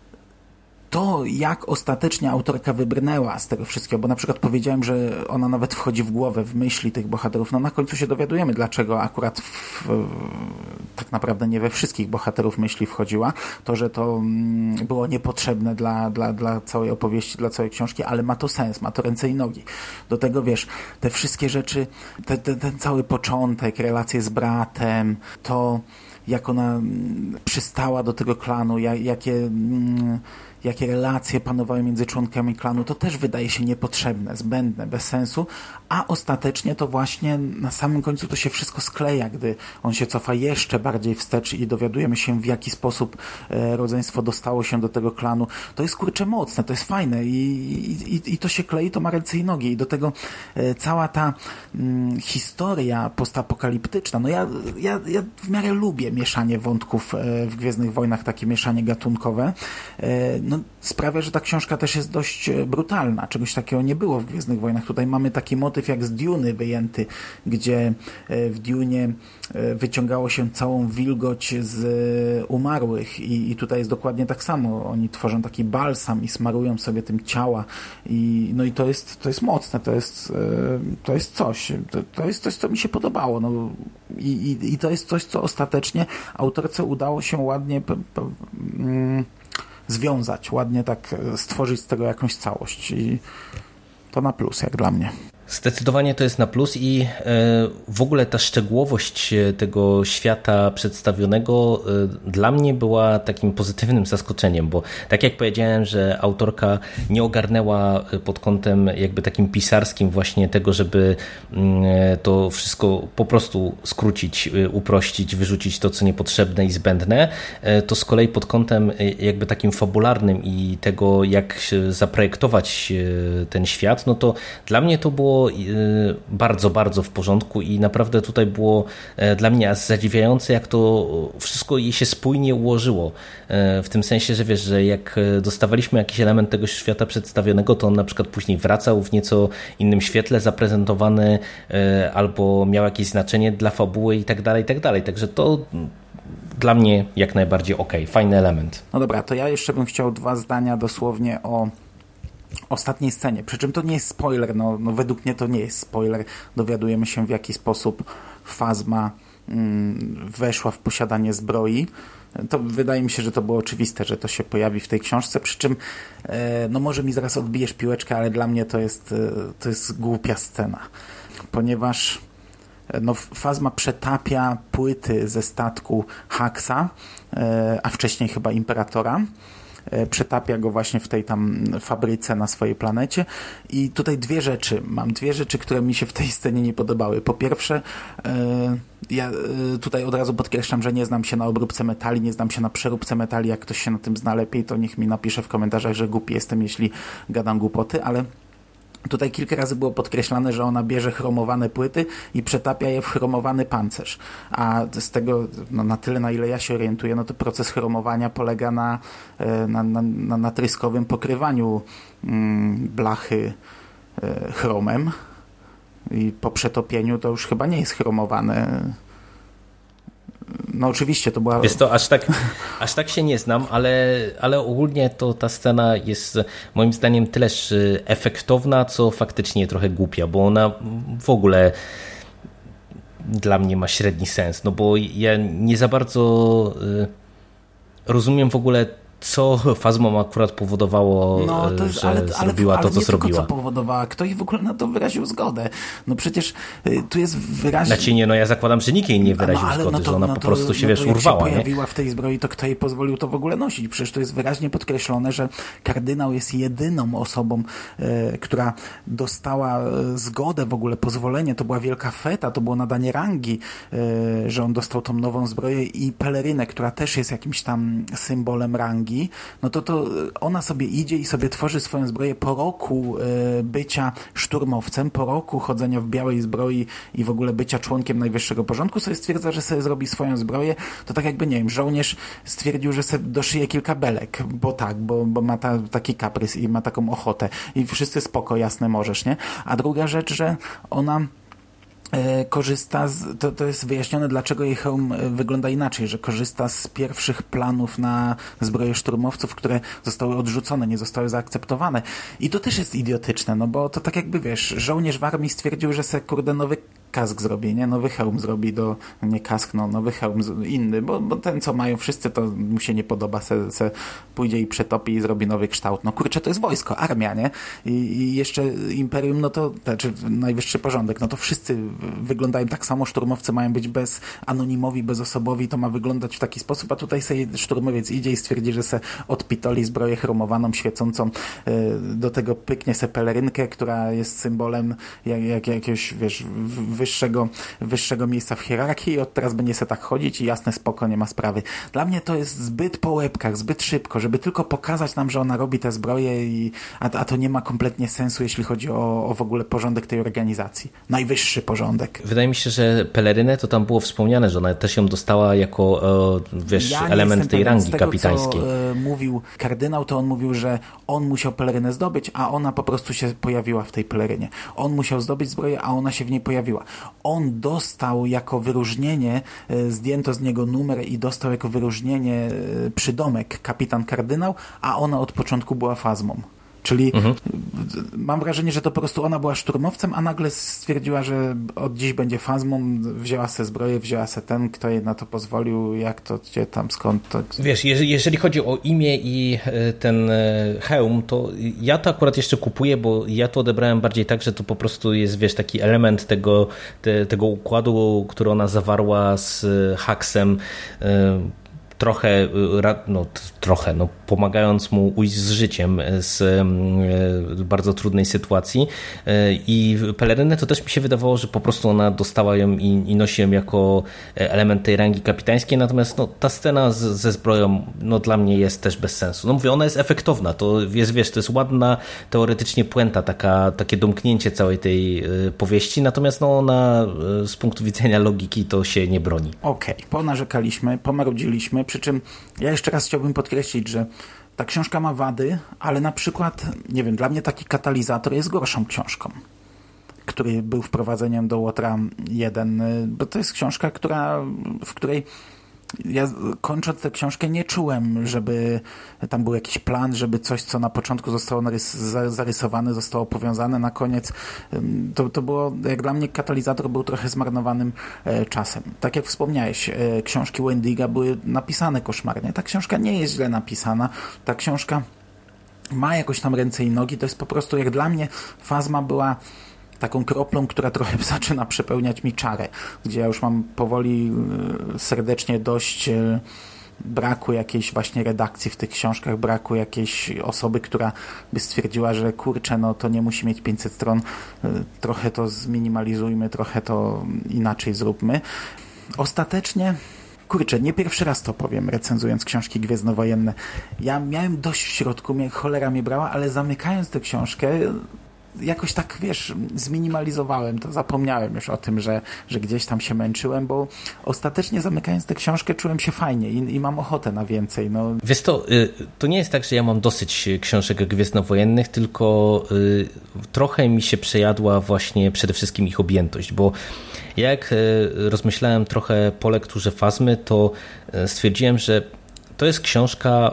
to, jak ostatecznie autorka wybrnęła z tego wszystkiego, bo na przykład powiedziałem, że ona nawet wchodzi w głowę, w myśli tych bohaterów, no na końcu się dowiadujemy, dlaczego akurat w, tak naprawdę nie we wszystkich bohaterów myśli wchodziła. To, że to mm, było niepotrzebne dla, dla, dla całej opowieści, dla całej książki, ale ma to sens, ma to ręce i nogi. Do tego, wiesz, te wszystkie rzeczy, te, te, ten cały początek, relacje z bratem, to jak ona przystała do tego klanu, jak, jakie... Mm, jakie relacje panowały między członkami klanu, to też wydaje się niepotrzebne, zbędne, bez sensu, a ostatecznie to właśnie na samym końcu to się wszystko skleja, gdy on się cofa jeszcze bardziej wstecz i dowiadujemy się, w jaki sposób e, rodzeństwo dostało się do tego klanu. To jest kurczę mocne, to jest fajne i, i, i to się klei, to ma ręce i nogi i do tego e, cała ta mm, historia postapokaliptyczna, no ja, ja, ja w miarę lubię mieszanie wątków e, w Gwiezdnych Wojnach, takie mieszanie gatunkowe, e, no, sprawia, że ta książka też jest dość brutalna. Czegoś takiego nie było w Gwiezdnych Wojnach. Tutaj mamy taki motyw jak z Duny wyjęty, gdzie w Dunie wyciągało się całą wilgoć z umarłych i, i tutaj jest dokładnie tak samo. Oni tworzą taki balsam i smarują sobie tym ciała i no i to jest, to jest mocne, to jest, to jest coś. To, to jest coś, co mi się podobało. No, i, i, i to jest coś, co ostatecznie autorce udało się ładnie p, p, mm, związać, ładnie tak stworzyć z tego jakąś całość i to na plus jak dla mnie. Zdecydowanie to jest na plus i w ogóle ta szczegółowość tego świata przedstawionego dla mnie była takim pozytywnym zaskoczeniem, bo tak jak powiedziałem, że autorka nie ogarnęła pod kątem jakby takim pisarskim właśnie tego, żeby to wszystko po prostu skrócić, uprościć, wyrzucić to, co niepotrzebne i zbędne, to z kolei pod kątem jakby takim fabularnym i tego, jak zaprojektować ten świat, no to dla mnie to było bardzo, bardzo w porządku i naprawdę tutaj było dla mnie aż zadziwiające, jak to wszystko jej się spójnie ułożyło. W tym sensie, że wiesz, że jak dostawaliśmy jakiś element tego świata przedstawionego, to on na przykład później wracał w nieco innym świetle, zaprezentowany albo miał jakieś znaczenie dla fabuły i tak dalej, i tak dalej. Także to dla mnie jak najbardziej okej, fajny element. No dobra, to ja jeszcze bym chciał dwa zdania dosłownie o ostatniej scenie, przy czym to nie jest spoiler, no, no według mnie to nie jest spoiler, dowiadujemy się, w jaki sposób Phasma mm, weszła w posiadanie zbroi. To wydaje mi się, że to było oczywiste, że to się pojawi w tej książce, przy czym e, no może mi zaraz odbijesz piłeczkę, ale dla mnie to jest, e, to jest głupia scena, ponieważ no, Phasma przetapia płyty ze statku Haxa, e, a wcześniej chyba Imperatora, przetapia go właśnie w tej tam fabryce na swojej planecie i tutaj dwie rzeczy, mam dwie rzeczy, które mi się w tej scenie nie podobały. Po pierwsze, ja tutaj od razu podkreślam, że nie znam się na obróbce metali, nie znam się na przeróbce metali, jak ktoś się na tym zna lepiej, to niech mi napisze w komentarzach, że głupi jestem, jeśli gadam głupoty, ale tutaj kilka razy było podkreślane, że ona bierze chromowane płyty i przetapia je w chromowany pancerz. A z tego, no na tyle, na ile ja się orientuję, no to proces chromowania polega na, na, na, na natryskowym pokrywaniu mm, blachy e, chromem i po przetopieniu to już chyba nie jest chromowane. No oczywiście to była... Wiesz to, aż tak, aż tak się nie znam, ale, ale ogólnie to ta scena jest moim zdaniem tyleż efektowna, co faktycznie trochę głupia, bo ona w ogóle dla mnie ma średni sens, no bo ja nie za bardzo rozumiem w ogóle co Fazmom akurat powodowało, no, to jest, że ale, zrobiła ale, to, co ale zrobiła. Tylko co powodowała, kto jej w ogóle na to wyraził zgodę. No przecież y, tu jest wyraźnie... Znaczy nie, no ja zakładam, że nikt jej nie wyraził no, zgody, no to, że ona no to, po prostu się, no wiesz, urwała. Jak się pojawiła w tej zbroi, to kto jej pozwolił to w ogóle nosić? Przecież to jest wyraźnie podkreślone, że kardynał jest jedyną osobą, y, która dostała zgodę, w ogóle pozwolenie. To była wielka feta, to było nadanie rangi, y, że on dostał tą nową zbroję i pelerynę, która też jest jakimś tam symbolem rangi. No to, to ona sobie idzie i sobie tworzy swoją zbroję po roku y, bycia szturmowcem, po roku chodzenia w białej zbroi i w ogóle bycia członkiem najwyższego porządku, sobie stwierdza, że sobie zrobi swoją zbroję. To tak jakby, nie wiem, żołnierz stwierdził, że sobie doszyje kilka belek, bo tak, bo, bo ma ta, taki kaprys i ma taką ochotę. I wszyscy spoko, jasne, możesz, nie? A druga rzecz, że ona korzysta z, to, to jest wyjaśnione, dlaczego jej hełm wygląda inaczej, że korzysta z pierwszych planów na zbroje szturmowców, które zostały odrzucone, nie zostały zaakceptowane. I to też jest idiotyczne, no bo to tak jakby, wiesz, żołnierz w armii stwierdził, że se, kurde, nowy kask zrobi, nie? Nowy hełm zrobi do, nie kask, no, nowy hełm inny, bo, bo ten, co mają wszyscy, to mu się nie podoba, se, se pójdzie i przetopi i zrobi nowy kształt. No kurczę, to jest wojsko, armia, nie? I, i jeszcze imperium, no to, znaczy najwyższy porządek, no to wszyscy wyglądają tak samo, szturmowcy mają być bez anonimowi, bezosobowi, to ma wyglądać w taki sposób, a tutaj sobie szturmowiec idzie i stwierdzi, że se odpitoli zbroję chromowaną, świecącą, do tego pyknie se pelerynkę, która jest symbolem jak, jak, jakiegoś, wiesz, wyższego, wyższego miejsca w hierarchii i od teraz będzie se tak chodzić i jasne, spoko, nie ma sprawy. Dla mnie to jest zbyt po łebkach, zbyt szybko, żeby tylko pokazać nam, że ona robi te zbroje, i, a, a to nie ma kompletnie sensu, jeśli chodzi o, o w ogóle porządek tej organizacji. Najwyższy porządek. Wydaje mi się, że pelerynę to tam było wspomniane, że ona też ją dostała jako, wiesz, ja element tej rangi z tego, kapitańskiej. Co e, mówił kardynał, to on mówił, że on musiał pelerynę zdobyć, a ona po prostu się pojawiła w tej pelerynie. On musiał zdobyć zbroję, a ona się w niej pojawiła. On dostał jako wyróżnienie, e, zdjęto z niego numer i dostał jako wyróżnienie e, przydomek kapitan kardynał, a ona od początku była fazmą. Czyli mhm. mam wrażenie, że to po prostu ona była szturmowcem, a nagle stwierdziła, że od dziś będzie fazmą, wzięła se zbroję, wzięła se ten, kto jej na to pozwolił, jak to, gdzie tam, skąd to. Wiesz, jeżeli, jeżeli chodzi o imię i ten hełm, to ja to akurat jeszcze kupuję, bo ja to odebrałem bardziej tak, że to po prostu jest, wiesz, taki element tego, te, tego układu, który ona zawarła z Haxem, trochę, no trochę, no pomagając mu ujść z życiem z bardzo trudnej sytuacji. I pelerynę to też mi się wydawało, że po prostu ona dostała ją i, i nosi ją jako element tej rangi kapitańskiej, natomiast no, ta scena z, ze zbroją, no dla mnie jest też bez sensu. No mówię, ona jest efektowna, to jest, wiesz, to jest ładna teoretycznie puenta, taka, takie domknięcie całej tej powieści, natomiast no ona z punktu widzenia logiki to się nie broni. Okej, okay. Ponarzekaliśmy, pomarudziliśmy, przy czym ja jeszcze raz chciałbym podkreślić, że ta książka ma wady, ale na przykład, nie wiem, dla mnie taki katalizator jest gorszą książką, który był wprowadzeniem do Łotra jeden, bo to jest książka, która, w której ja kończąc tę książkę nie czułem, żeby tam był jakiś plan, żeby coś, co na początku zostało narys- zarysowane, zostało powiązane na koniec. To, to było, jak dla mnie katalizator był trochę zmarnowanym e, czasem. Tak jak wspomniałeś, e, książki Wendiga były napisane koszmarnie. Ta książka nie jest źle napisana. Ta książka ma jakoś tam ręce i nogi. To jest po prostu, jak dla mnie, Fazma była taką kroplą, która trochę zaczyna przepełniać mi czarę, gdzie ja już mam powoli serdecznie dość braku jakiejś właśnie redakcji w tych książkach, braku jakiejś osoby, która by stwierdziła, że kurczę, no to nie musi mieć pięćset stron, trochę to zminimalizujmy, trochę to inaczej zróbmy. Ostatecznie kurczę, nie pierwszy raz to powiem, recenzując książki gwiezdnowojenne. Ja miałem dość w środku, mnie cholera mnie brała, ale zamykając tę książkę jakoś tak, wiesz, zminimalizowałem to, zapomniałem już o tym, że, że gdzieś tam się męczyłem, bo ostatecznie zamykając tę książkę czułem się fajnie i, i mam ochotę na więcej. No. Wiesz to, to nie jest tak, że ja mam dosyć książek gwiezdnowojennych, tylko y, trochę mi się przejadła właśnie przede wszystkim ich objętość, bo jak y, rozmyślałem trochę po lekturze Fazmy, to y, stwierdziłem, że to jest książka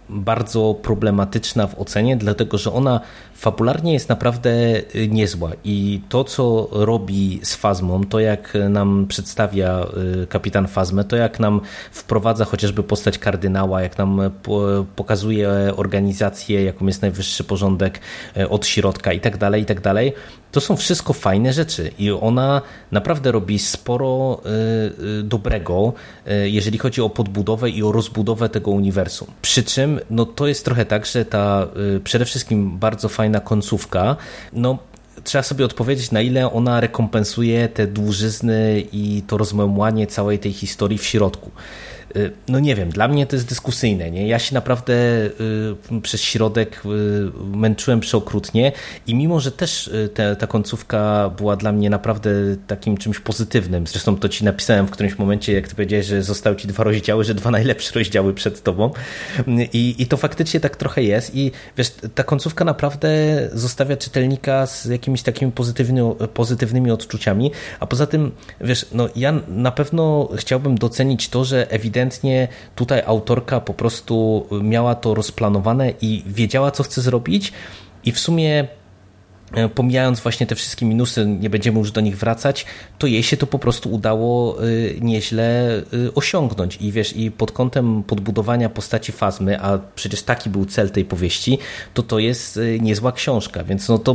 bardzo problematyczna w ocenie, dlatego że ona fabularnie jest naprawdę niezła i to, co robi z Fazmą, to jak nam przedstawia kapitan Fazmę, to jak nam wprowadza chociażby postać kardynała, jak nam pokazuje organizację, jaką jest najwyższy porządek od środka i tak dalej, i tak dalej, to są wszystko fajne rzeczy i ona naprawdę robi sporo dobrego, jeżeli chodzi o podbudowę i o rozbudowę tego uniwersum. Przy czym no to jest trochę tak, że ta przede wszystkim bardzo fajna końcówka, no trzeba sobie odpowiedzieć, na ile ona rekompensuje te dłużyzny i to rozmemłanie całej tej historii w środku. No nie wiem, dla mnie to jest dyskusyjne. Nie? Ja się naprawdę y, przez środek y, męczyłem przeokrutnie i mimo, że też te, ta końcówka była dla mnie naprawdę takim czymś pozytywnym, zresztą to ci napisałem w którymś momencie, jak ty powiedziałeś, że zostały ci dwa rozdziały, że dwa najlepsze rozdziały przed tobą i, i to faktycznie tak trochę jest i wiesz, ta końcówka naprawdę zostawia czytelnika z jakimiś takimi pozytywnymi, pozytywnymi odczuciami, a poza tym, wiesz, no ja na pewno chciałbym docenić to, że ewidentnie Ewidentnie tutaj autorka po prostu miała to rozplanowane i wiedziała, co chce zrobić i w sumie pomijając właśnie te wszystkie minusy, nie będziemy już do nich wracać, to jej się to po prostu udało nieźle osiągnąć i wiesz, i pod kątem podbudowania postaci Fazmy, a przecież taki był cel tej powieści, to to jest niezła książka, więc no to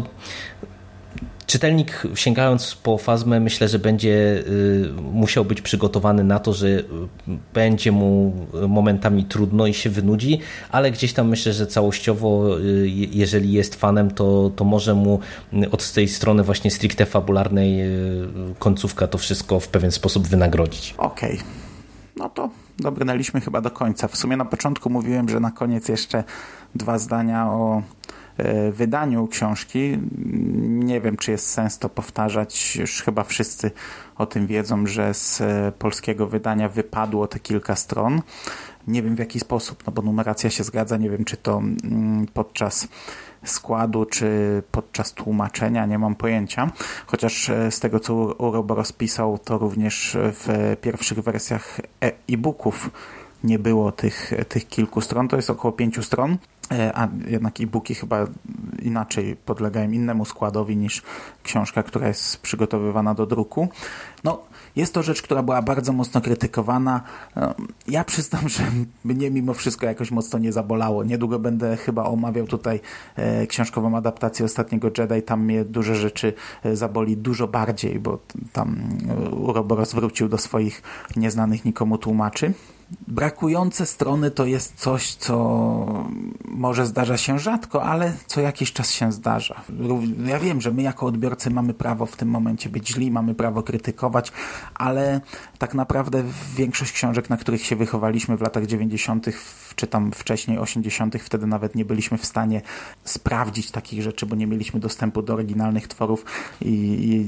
czytelnik, sięgając po Fazmę, myślę, że będzie musiał być przygotowany na to, że będzie mu momentami trudno i się wynudzi, ale gdzieś tam myślę, że całościowo, jeżeli jest fanem, to, to może mu od tej strony właśnie stricte fabularnej końcówka to wszystko w pewien sposób wynagrodzić. Okej. Okay. No to dobrnęliśmy chyba do końca. W sumie na początku mówiłem, że na koniec jeszcze dwa zdania o wydaniu książki. Nie wiem, czy jest sens to powtarzać. Już chyba wszyscy o tym wiedzą, że z polskiego wydania wypadło te kilka stron. Nie wiem w jaki sposób, no bo numeracja się zgadza. Nie wiem, czy to podczas składu, czy podczas tłumaczenia, nie mam pojęcia. Chociaż z tego, co Uroboros pisał, to również w pierwszych wersjach e-booków nie było tych, tych kilku stron. To jest około pięciu stron, a jednak e-booki chyba inaczej podlegają innemu składowi niż książka, która jest przygotowywana do druku. No, jest to rzecz, która była bardzo mocno krytykowana. Ja przyznam, że mnie mimo wszystko jakoś mocno nie zabolało. Niedługo będę chyba omawiał tutaj książkową adaptację Ostatniego Jedi. Tam mnie duże rzeczy zaboli dużo bardziej, bo tam Uroboros wrócił do swoich nieznanych nikomu tłumaczy. Brakujące strony to jest coś, co może zdarza się rzadko, ale co jakiś czas się zdarza. Ja wiem, że my jako odbiorcy mamy prawo w tym momencie być źli, mamy prawo krytykować, ale tak naprawdę większość książek, na których się wychowaliśmy w latach dziewięćdziesiątych czy tam wcześniej osiemdziesiątych, wtedy nawet nie byliśmy w stanie sprawdzić takich rzeczy, bo nie mieliśmy dostępu do oryginalnych tworów i, i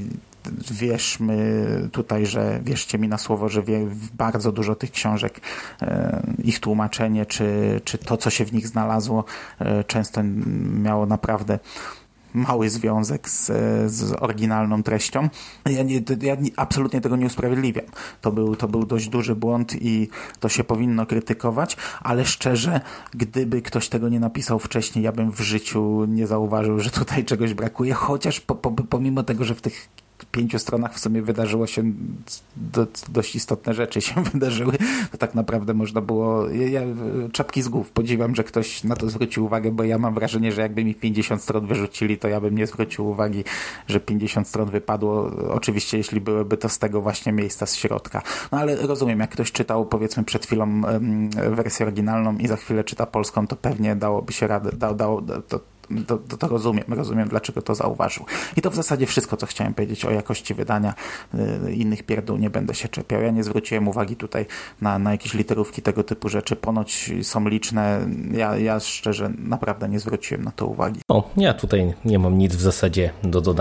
wierzmy tutaj, że wierzcie mi na słowo, że wie bardzo dużo tych książek, e, ich tłumaczenie, czy, czy to, co się w nich znalazło, e, często miało naprawdę mały związek z, z oryginalną treścią. Ja, nie, ja absolutnie tego nie usprawiedliwiam. To był, to był dość duży błąd i to się powinno krytykować, ale szczerze, gdyby ktoś tego nie napisał wcześniej, ja bym w życiu nie zauważył, że tutaj czegoś brakuje, chociaż po, po, pomimo tego, że w tych pięciu stronach w sumie wydarzyło się do, dość istotne rzeczy się wydarzyły, to tak naprawdę można było ja, czapki z głów. Podziwiam, że ktoś na to zwrócił uwagę, bo ja mam wrażenie, że jakby mi pięćdziesiąt stron wyrzucili, to ja bym nie zwrócił uwagi, że pięćdziesiąt stron wypadło. Oczywiście, jeśli byłyby to z tego właśnie miejsca z środka. No ale rozumiem, jak ktoś czytał powiedzmy przed chwilą um, wersję oryginalną i za chwilę czyta polską, to pewnie dałoby się radę, da, dało, to To, to, to rozumiem, rozumiem, dlaczego to zauważył. I to w zasadzie wszystko, co chciałem powiedzieć o jakości wydania. Yy, innych pierdół nie będę się czepiał. Ja nie zwróciłem uwagi tutaj na, na jakieś literówki, tego typu rzeczy. Ponoć są liczne. Ja, ja szczerze naprawdę nie zwróciłem na to uwagi. O, ja tutaj nie mam nic w zasadzie do dodania.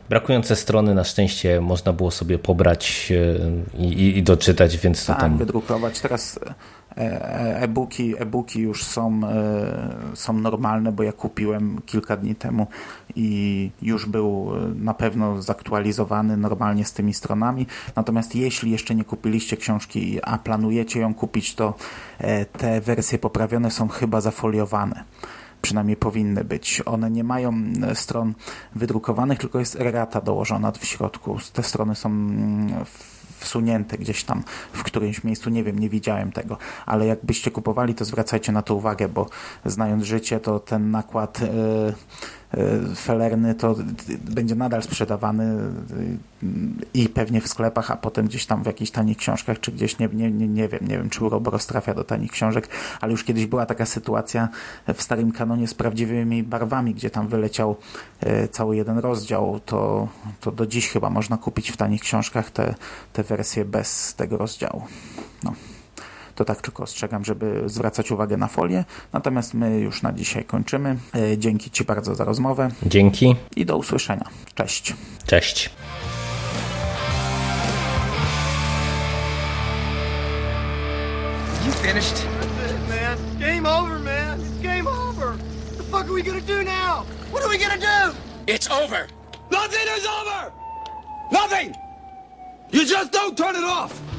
brakujące strony na szczęście można było sobie pobrać i, i, i doczytać, więc to tak, tam... wydrukować. Teraz e-booki, e-booki już są, są normalne, bo ja kupiłem kilka dni temu i już był na pewno zaktualizowany normalnie z tymi stronami. Natomiast jeśli jeszcze nie kupiliście książki, a planujecie ją kupić, to te wersje poprawione są chyba zafoliowane. Przynajmniej powinny być. One nie mają stron wydrukowanych, tylko jest errata dołożona w środku. Te strony są wsunięte gdzieś tam w którymś miejscu. Nie wiem, nie widziałem tego. Ale jakbyście kupowali, to zwracajcie na to uwagę, bo znając życie, to ten nakład yy, felerny to będzie nadal sprzedawany i pewnie w sklepach, a potem gdzieś tam w jakichś tanich książkach, czy gdzieś, nie, nie, nie, nie wiem, nie wiem, czy Uroboros trafia do tanich książek, ale już kiedyś była taka sytuacja w starym kanonie z prawdziwymi barwami, gdzie tam wyleciał cały jeden rozdział, to, to do dziś chyba można kupić w tanich książkach te, te wersje bez tego rozdziału. No. To tak tylko ostrzegam, żeby zwracać uwagę na folię. Natomiast my już na dzisiaj kończymy. Dzięki Ci bardzo za rozmowę. Dzięki. I do usłyszenia. Cześć. Cześć. You finished? That's it, man. Game over, man. It's game over. What the fuck are we gonna do now? What are we gonna do? It's over. Nothing is over. Nothing. You just don't turn it off.